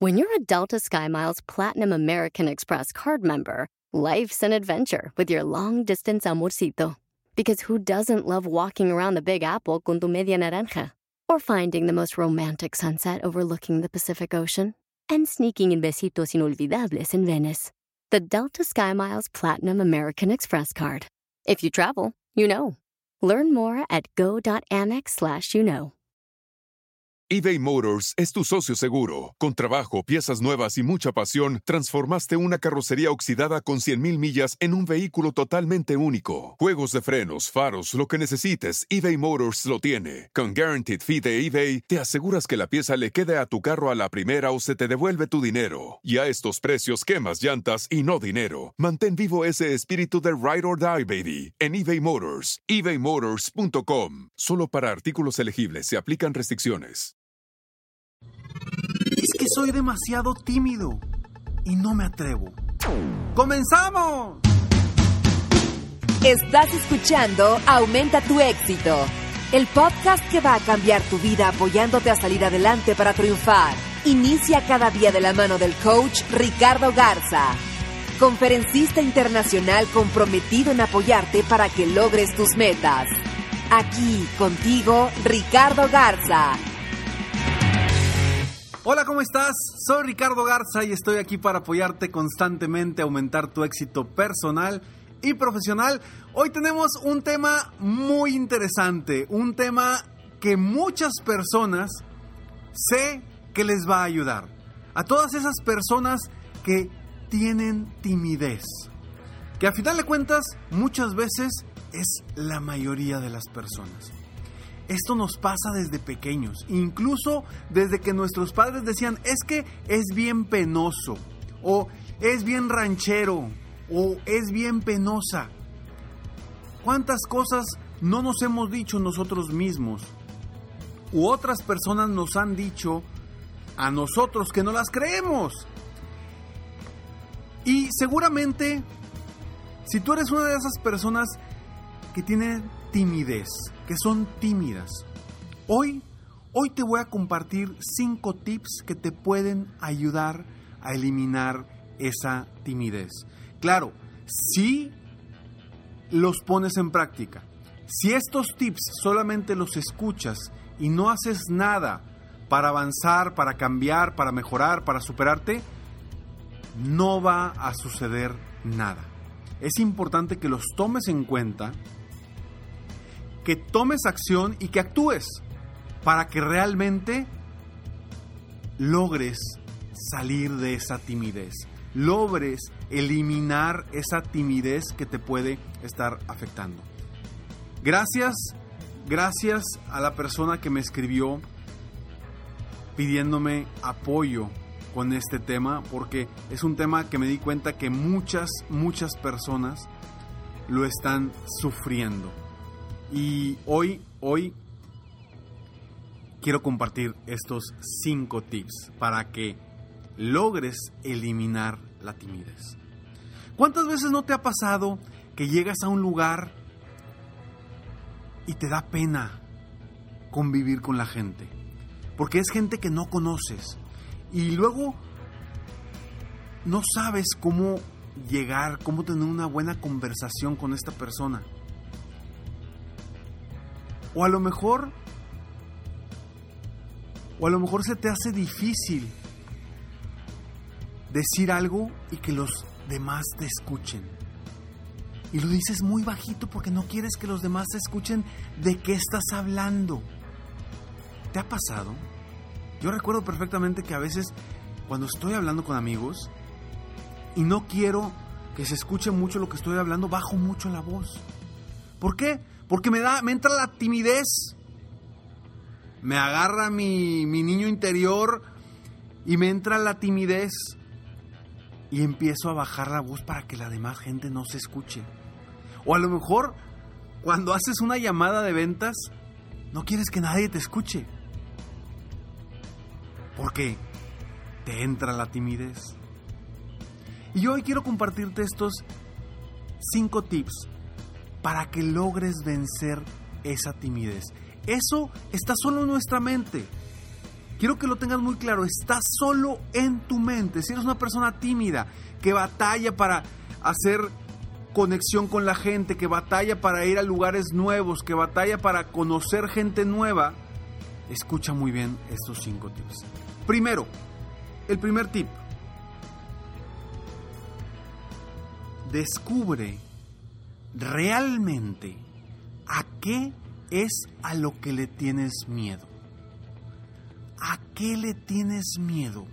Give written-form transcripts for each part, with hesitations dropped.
When you're a Delta SkyMiles Platinum American Express card member, life's an adventure with your long-distance amorcito. Because who doesn't love walking around the Big Apple con tu media naranja? Or finding the most romantic sunset overlooking the Pacific Ocean? And sneaking in besitos inolvidables in Venice. The Delta SkyMiles Platinum American Express card. If you travel, you know. Learn more at go.amex/you-know. eBay Motors es tu socio seguro. Con trabajo, piezas nuevas y mucha pasión, transformaste una carrocería oxidada con 100,000 millas en un vehículo totalmente único. Juegos de frenos, faros, lo que necesites, eBay Motors lo tiene. Con Guaranteed Fee de eBay, te aseguras que la pieza le quede a tu carro a la primera o se te devuelve tu dinero. Y a estos precios, quemas llantas y no dinero. Mantén vivo ese espíritu de Ride or Die, baby, en eBay Motors. ebaymotors.com. Solo para artículos elegibles se aplican restricciones. Es que soy demasiado tímido y no me atrevo. ¡Comenzamos! Estás escuchando Aumenta tu éxito, el podcast que va a cambiar tu vida apoyándote a salir adelante para triunfar. Inicia cada día de la mano del coach Ricardo Garza, conferencista internacional comprometido en apoyarte para que logres tus metas. Aquí contigo, Ricardo Garza. Hola, ¿cómo estás? Soy Ricardo Garza y estoy aquí para apoyarte constantemente a aumentar tu éxito personal y profesional. Hoy tenemos un tema muy interesante, un tema que muchas personas sé que les va a ayudar. A todas esas personas que tienen timidez, que a final de cuentas muchas veces es la mayoría de las personas. Esto nos pasa desde pequeños, incluso desde que nuestros padres decían, es que es bien penoso, o es bien ranchero, o es bien penosa. ¿Cuántas cosas no nos hemos dicho nosotros mismos? U otras personas nos han dicho a nosotros que no las creemos. Y seguramente, si tú eres una de esas personas que tienen timidez, que son tímidas, hoy te voy a compartir 5 tips que te pueden ayudar a eliminar esa timidez. Claro, si los pones en práctica. Si estos tips solamente los escuchas y no haces nada para avanzar, para cambiar, para mejorar, para superarte, no va a suceder nada. Es importante que los tomes en cuenta, que tomes acción y que actúes para que realmente logres salir de esa timidez, logres eliminar esa timidez que te puede estar afectando. Gracias a la persona que me escribió pidiéndome apoyo con este tema, porque es un tema que me di cuenta que muchas personas lo están sufriendo. Y hoy quiero compartir estos 5 tips para que logres eliminar la timidez. ¿Cuántas veces no te ha pasado que llegas a un lugar y te da pena convivir con la gente? Porque es gente que no conoces y luego no sabes cómo llegar, cómo tener una buena conversación con esta persona. O a lo mejor se te hace difícil decir algo y que los demás te escuchen. Y lo dices muy bajito porque no quieres que los demás te escuchen de qué estás hablando. ¿Te ha pasado? Yo recuerdo perfectamente que a veces cuando estoy hablando con amigos y no quiero que se escuche mucho lo que estoy hablando, bajo mucho la voz. ¿Por qué? Porque me entra la timidez, me agarra mi niño interior y me entra la timidez y empiezo a bajar la voz para que la demás gente no se escuche. O a lo mejor cuando haces una llamada de ventas no quieres que nadie te escuche porque te entra la timidez. Y hoy quiero compartirte estos 5 tips para que logres vencer esa timidez. Eso está solo en nuestra mente. quiero que lo tengas muy claro, está solo en tu mente. Si eres una persona tímida, que batalla para hacer conexión con la gente, que batalla para ir a lugares nuevos, que batalla para conocer gente nueva, escucha muy bien estos 5 tips. Primero, el primer tip: descubre realmente a qué es a lo que le tienes miedo. ¿A qué le tienes miedo?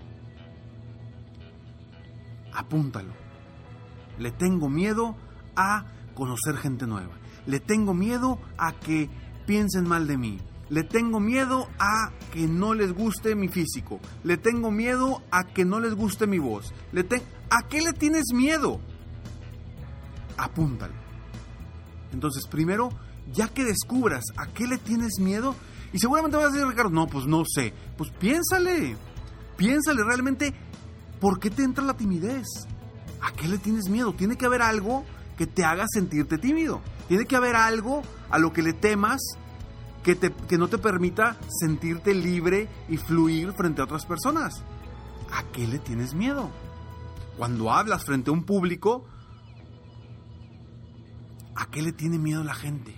Apúntalo. Le tengo miedo a conocer gente nueva. Le tengo miedo a que piensen mal de mí. Le tengo miedo a que no les guste mi físico. Le tengo miedo a que no les guste mi voz. ¿A qué le tienes miedo? Apúntalo. Entonces, primero, ya que descubras a qué le tienes miedo, y seguramente vas a decir, Ricardo, no, pues no sé. Pues piénsale realmente, ¿por qué te entra la timidez? ¿A qué le tienes miedo? Tiene que haber algo que te haga sentirte tímido. Tiene que haber algo a lo que le temas que no te permita sentirte libre y fluir frente a otras personas. ¿A qué le tienes miedo? Cuando hablas frente a un público, ¿a qué le tiene miedo la gente?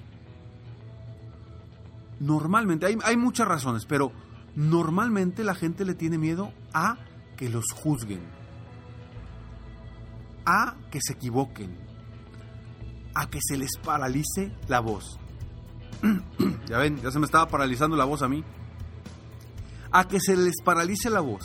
Normalmente, hay muchas razones, pero normalmente la gente le tiene miedo a que los juzguen, a que se equivoquen, a que se les paralice la voz. Ya ven, ya se me estaba paralizando la voz a mí. A que se les paralice la voz.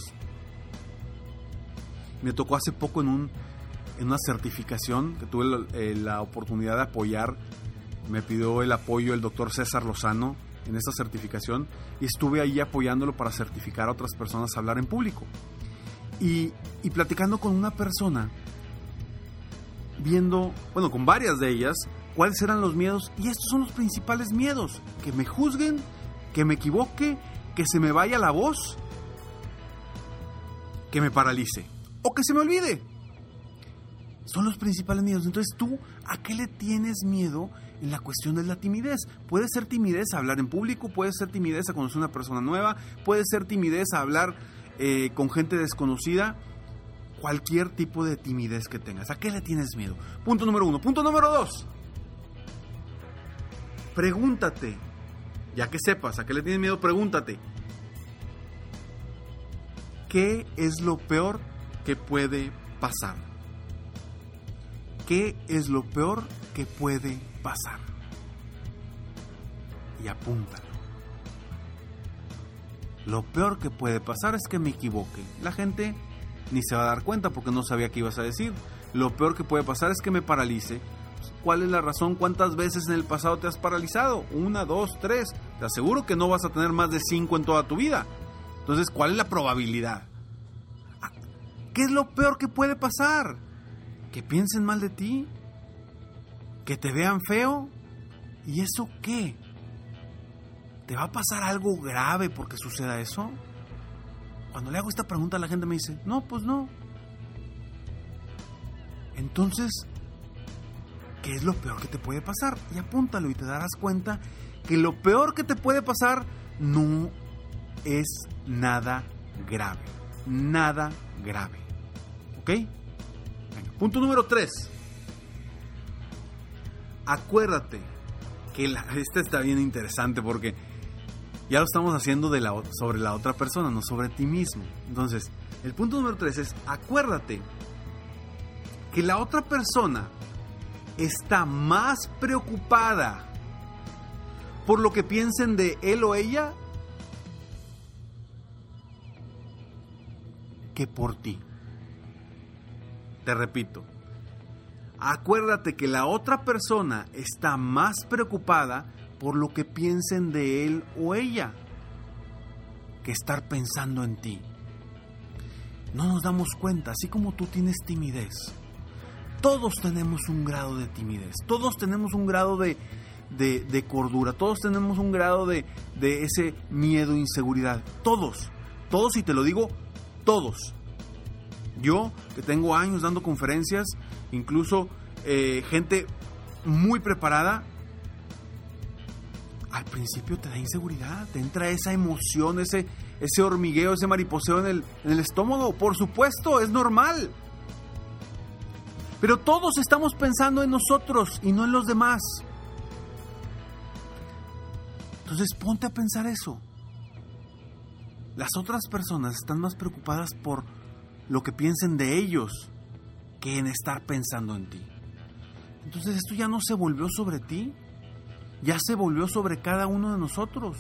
Me tocó hace poco en una certificación que tuve la oportunidad de apoyar. Me pidió el apoyo el doctor César Lozano en esta certificación y estuve ahí apoyándolo para certificar a otras personas a hablar en público. Y platicando con una persona, viendo, con varias de ellas, cuáles eran los miedos. Y estos son los principales miedos: que me juzguen, que me equivoque, que se me vaya la voz, que me paralice o que se me olvide. Son los principales miedos. Entonces, ¿tú a qué le tienes miedo en la cuestión de la timidez? Puede ser timidez a hablar en público, puede ser timidez a conocer a una persona nueva, puede ser timidez a hablar con gente desconocida. Cualquier tipo de timidez que tengas, ¿a qué le tienes miedo? Punto número 1. Punto número 2. Pregúntate, ya que sepas a qué le tienes miedo, pregúntate: ¿qué es lo peor que puede pasar? ¿Qué es lo peor que puede pasar? Y apúntalo. Lo peor que puede pasar es que me equivoque. La gente ni se va a dar cuenta porque no sabía qué ibas a decir. Lo peor que puede pasar es que me paralice. ¿Cuál es la razón? ¿Cuántas veces en el pasado te has paralizado? 1, 2, 3. Te aseguro que no vas a tener más de 5 en toda tu vida. Entonces, ¿cuál es la probabilidad? ¿Qué es lo peor que puede pasar? ¿Que piensen mal de ti? ¿Que te vean feo? ¿Y eso qué? ¿Te va a pasar algo grave porque suceda eso? Cuando le hago esta pregunta, la gente me dice, no, pues no. Entonces, ¿qué es lo peor que te puede pasar? Y apúntalo y te darás cuenta que lo peor que te puede pasar no es nada grave. Nada grave. ¿Ok? Venga. Punto número 3. Acuérdate que esta está bien interesante porque ya lo estamos haciendo sobre la otra persona, no sobre ti mismo. Entonces, el punto número 3 es: acuérdate que la otra persona está más preocupada por lo que piensen de él o ella que por ti. Te repito, acuérdate que la otra persona está más preocupada por lo que piensen de él o ella que estar pensando en ti. No nos damos cuenta, así como tú tienes timidez, todos tenemos un grado de timidez, todos tenemos un grado de cordura, todos tenemos un grado de ese miedo, inseguridad, todos, y te lo digo, todos. Yo, que tengo años dando conferencias, incluso gente muy preparada, al principio te da inseguridad, te entra esa emoción, ese hormigueo, ese mariposeo en el estómago. Por supuesto, es normal. Pero todos estamos pensando en nosotros y no en los demás. Entonces ponte a pensar eso. Las otras personas están más preocupadas por lo que piensen de ellos que en estar pensando en ti. Entonces esto ya no se volvió sobre ti, ya se volvió sobre cada uno de nosotros.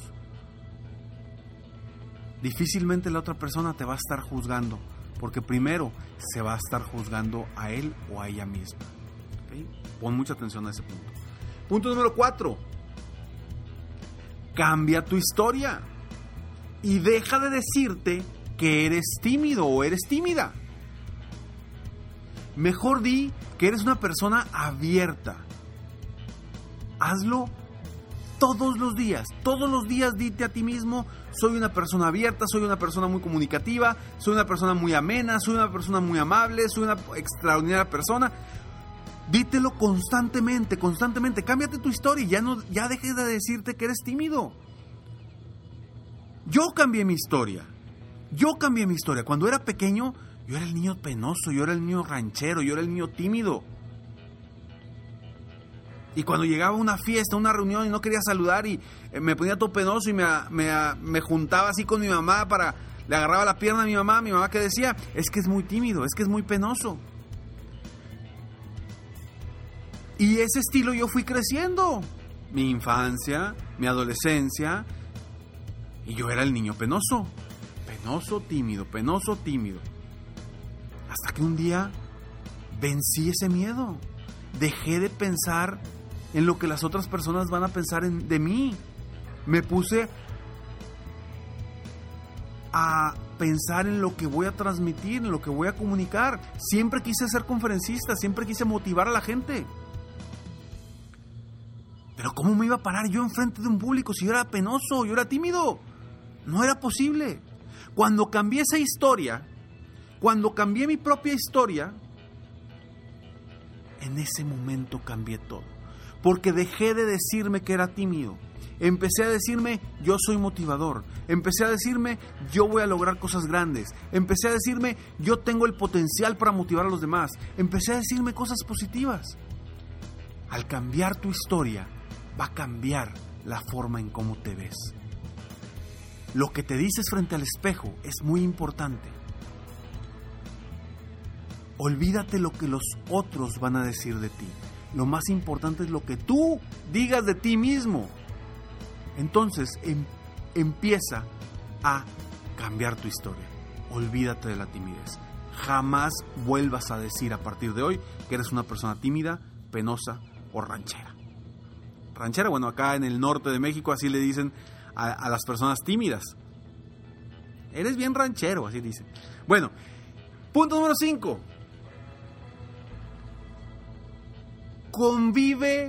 Difícilmente la otra persona te va a estar juzgando, porque primero se va a estar juzgando a él o a ella misma. ¿Okay? Pon mucha atención a ese punto. Punto número 4. Cambia tu historia y deja de decirte que eres tímido o eres tímida. Mejor di que eres una persona abierta. Hazlo todos los días. Todos los días dite a ti mismo: soy una persona abierta, soy una persona muy comunicativa, soy una persona muy amena, soy una persona muy amable, soy una extraordinaria persona. Dítelo constantemente. Cámbiate tu historia y ya dejes de decirte que eres tímido. Yo cambié mi historia. Cuando era pequeño, yo era el niño penoso, yo era el niño ranchero, yo era el niño tímido. Y cuando llegaba a una fiesta, a una reunión y no quería saludar y me ponía todo penoso y me juntaba así con mi mamá le agarraba la pierna a mi mamá que decía: es que es muy tímido, es que es muy penoso. Y ese estilo yo fui creciendo. Mi infancia, mi adolescencia, y yo era el niño penoso, tímido. Hasta que un día vencí ese miedo. Dejé de pensar en lo que las otras personas van a pensar de mí. Me puse a pensar en lo que voy a transmitir, en lo que voy a comunicar. Siempre quise ser conferencista, siempre quise motivar a la gente. Pero ¿cómo me iba a parar yo enfrente de un público si yo era penoso, yo era tímido? No era posible. Cuando cambié esa historia, cuando cambié mi propia historia, en ese momento cambié todo. Porque dejé de decirme que era tímido. Empecé a decirme: yo soy motivador. Empecé a decirme: yo voy a lograr cosas grandes. Empecé a decirme: yo tengo el potencial para motivar a los demás. Empecé a decirme cosas positivas. Al cambiar tu historia, va a cambiar la forma en cómo te ves. Lo que te dices frente al espejo es muy importante. Olvídate lo que los otros van a decir de ti. Lo más importante es lo que tú digas de ti mismo. Entonces, empieza a cambiar tu historia. Olvídate de la timidez. Jamás vuelvas a decir a partir de hoy que eres una persona tímida, penosa o ranchera. Ranchera, bueno, acá en el norte de México así le dicen a las personas tímidas. Eres bien ranchero, así dicen. Bueno, punto número 5. Convive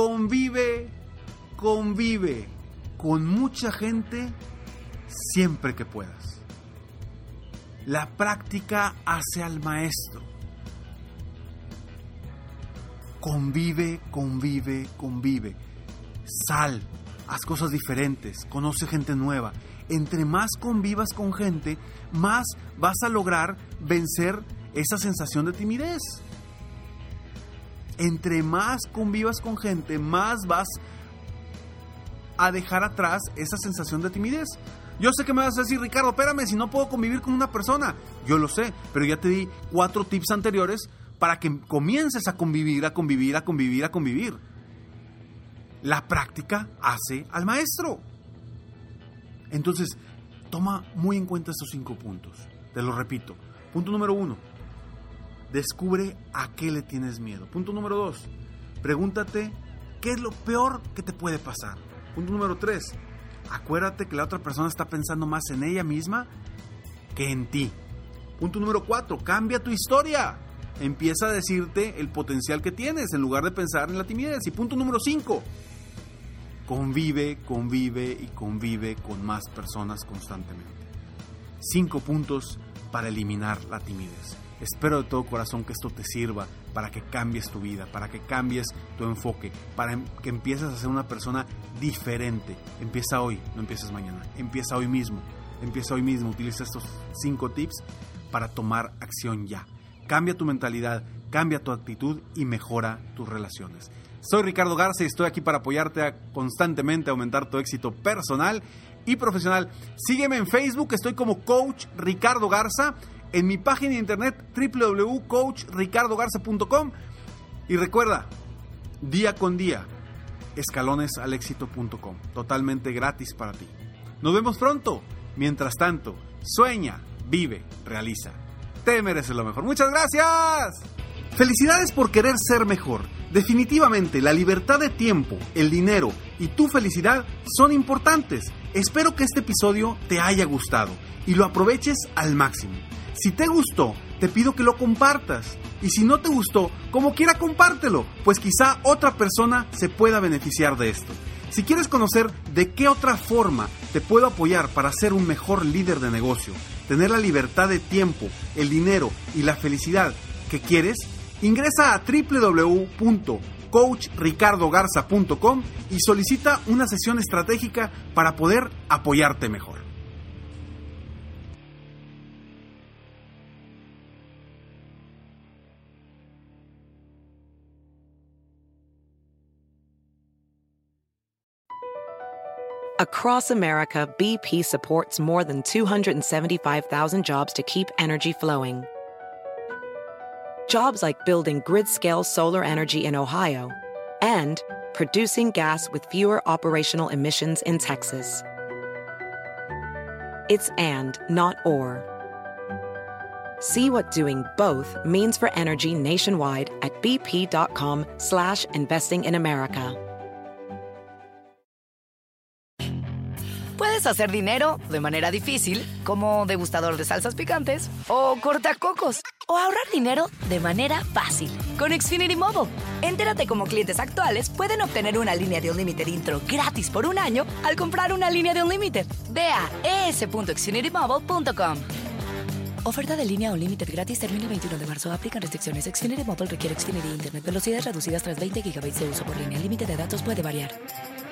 con mucha gente siempre que puedas. La práctica hace al maestro. Convive. Sal, haz cosas diferentes, conoce gente nueva. Entre más convivas con gente, más vas a lograr vencer esa sensación de timidez. Entre más convivas con gente, más vas a dejar atrás esa sensación de timidez. Yo sé que me vas a decir: Ricardo, espérame, si no puedo convivir con una persona. Yo lo sé, pero ya te di 4 tips anteriores para que comiences a convivir. La práctica hace al maestro. Entonces, toma muy en cuenta estos 5 puntos. Te lo repito. Punto número 1. Descubre a qué le tienes miedo. Punto número 2. Pregúntate qué es lo peor que te puede pasar. Punto número 3. Acuérdate que la otra persona está pensando más en ella misma que en ti. Punto número 4. Cambia tu historia. Empieza a decirte el potencial que tienes en lugar de pensar en la timidez. Y punto número 5. Convive con más personas constantemente. 5 puntos para eliminar la timidez. Espero de todo corazón que esto te sirva para que cambies tu vida, para que cambies tu enfoque, para que empieces a ser una persona diferente. Empieza hoy, no empieces mañana. Empieza hoy mismo. Empieza hoy mismo, utiliza estos 5 tips para tomar acción ya. Cambia tu mentalidad, cambia tu actitud y mejora tus relaciones. Soy Ricardo Garza y estoy aquí para apoyarte constantemente a aumentar tu éxito personal y profesional. Sígueme en Facebook, estoy como Coach Ricardo Garza, en mi página de internet www.coachricardogarza.com y recuerda, día con día, escalonesalexito.com, totalmente gratis para ti. Nos vemos pronto. Mientras tanto, sueña, vive, realiza. Te mereces lo mejor. ¡Muchas gracias! Felicidades por querer ser mejor. Definitivamente, la libertad de tiempo, el dinero y tu felicidad son importantes. Espero que este episodio te haya gustado y lo aproveches al máximo. Si te gustó, te pido que lo compartas. Y si no te gustó, como quiera compártelo, pues quizá otra persona se pueda beneficiar de esto. Si quieres conocer de qué otra forma te puedo apoyar para ser un mejor líder de negocio, tener la libertad de tiempo, el dinero y la felicidad que quieres, ingresa a www.coachricardogarza.com y solicita una sesión estratégica para poder apoyarte mejor. Across America, BP supports more than 275,000 jobs to keep energy flowing. Jobs like building grid-scale solar energy in Ohio and producing gas with fewer operational emissions in Texas. It's and, not or. See what doing both means for energy nationwide at bp.com/investing in America. Puedes hacer dinero de manera difícil, como degustador de salsas picantes, o cortacocos, o ahorrar dinero de manera fácil con Xfinity Mobile. Entérate cómo clientes actuales pueden obtener una línea de Unlimited intro gratis por un año al comprar una línea de Unlimited. Ve a es.xfinitymobile.com. Oferta de línea Unlimited gratis termina el 21 de marzo. Aplican restricciones. Xfinity Mobile requiere Xfinity Internet. Velocidades reducidas tras 20 GB de uso por línea. El límite de datos puede variar.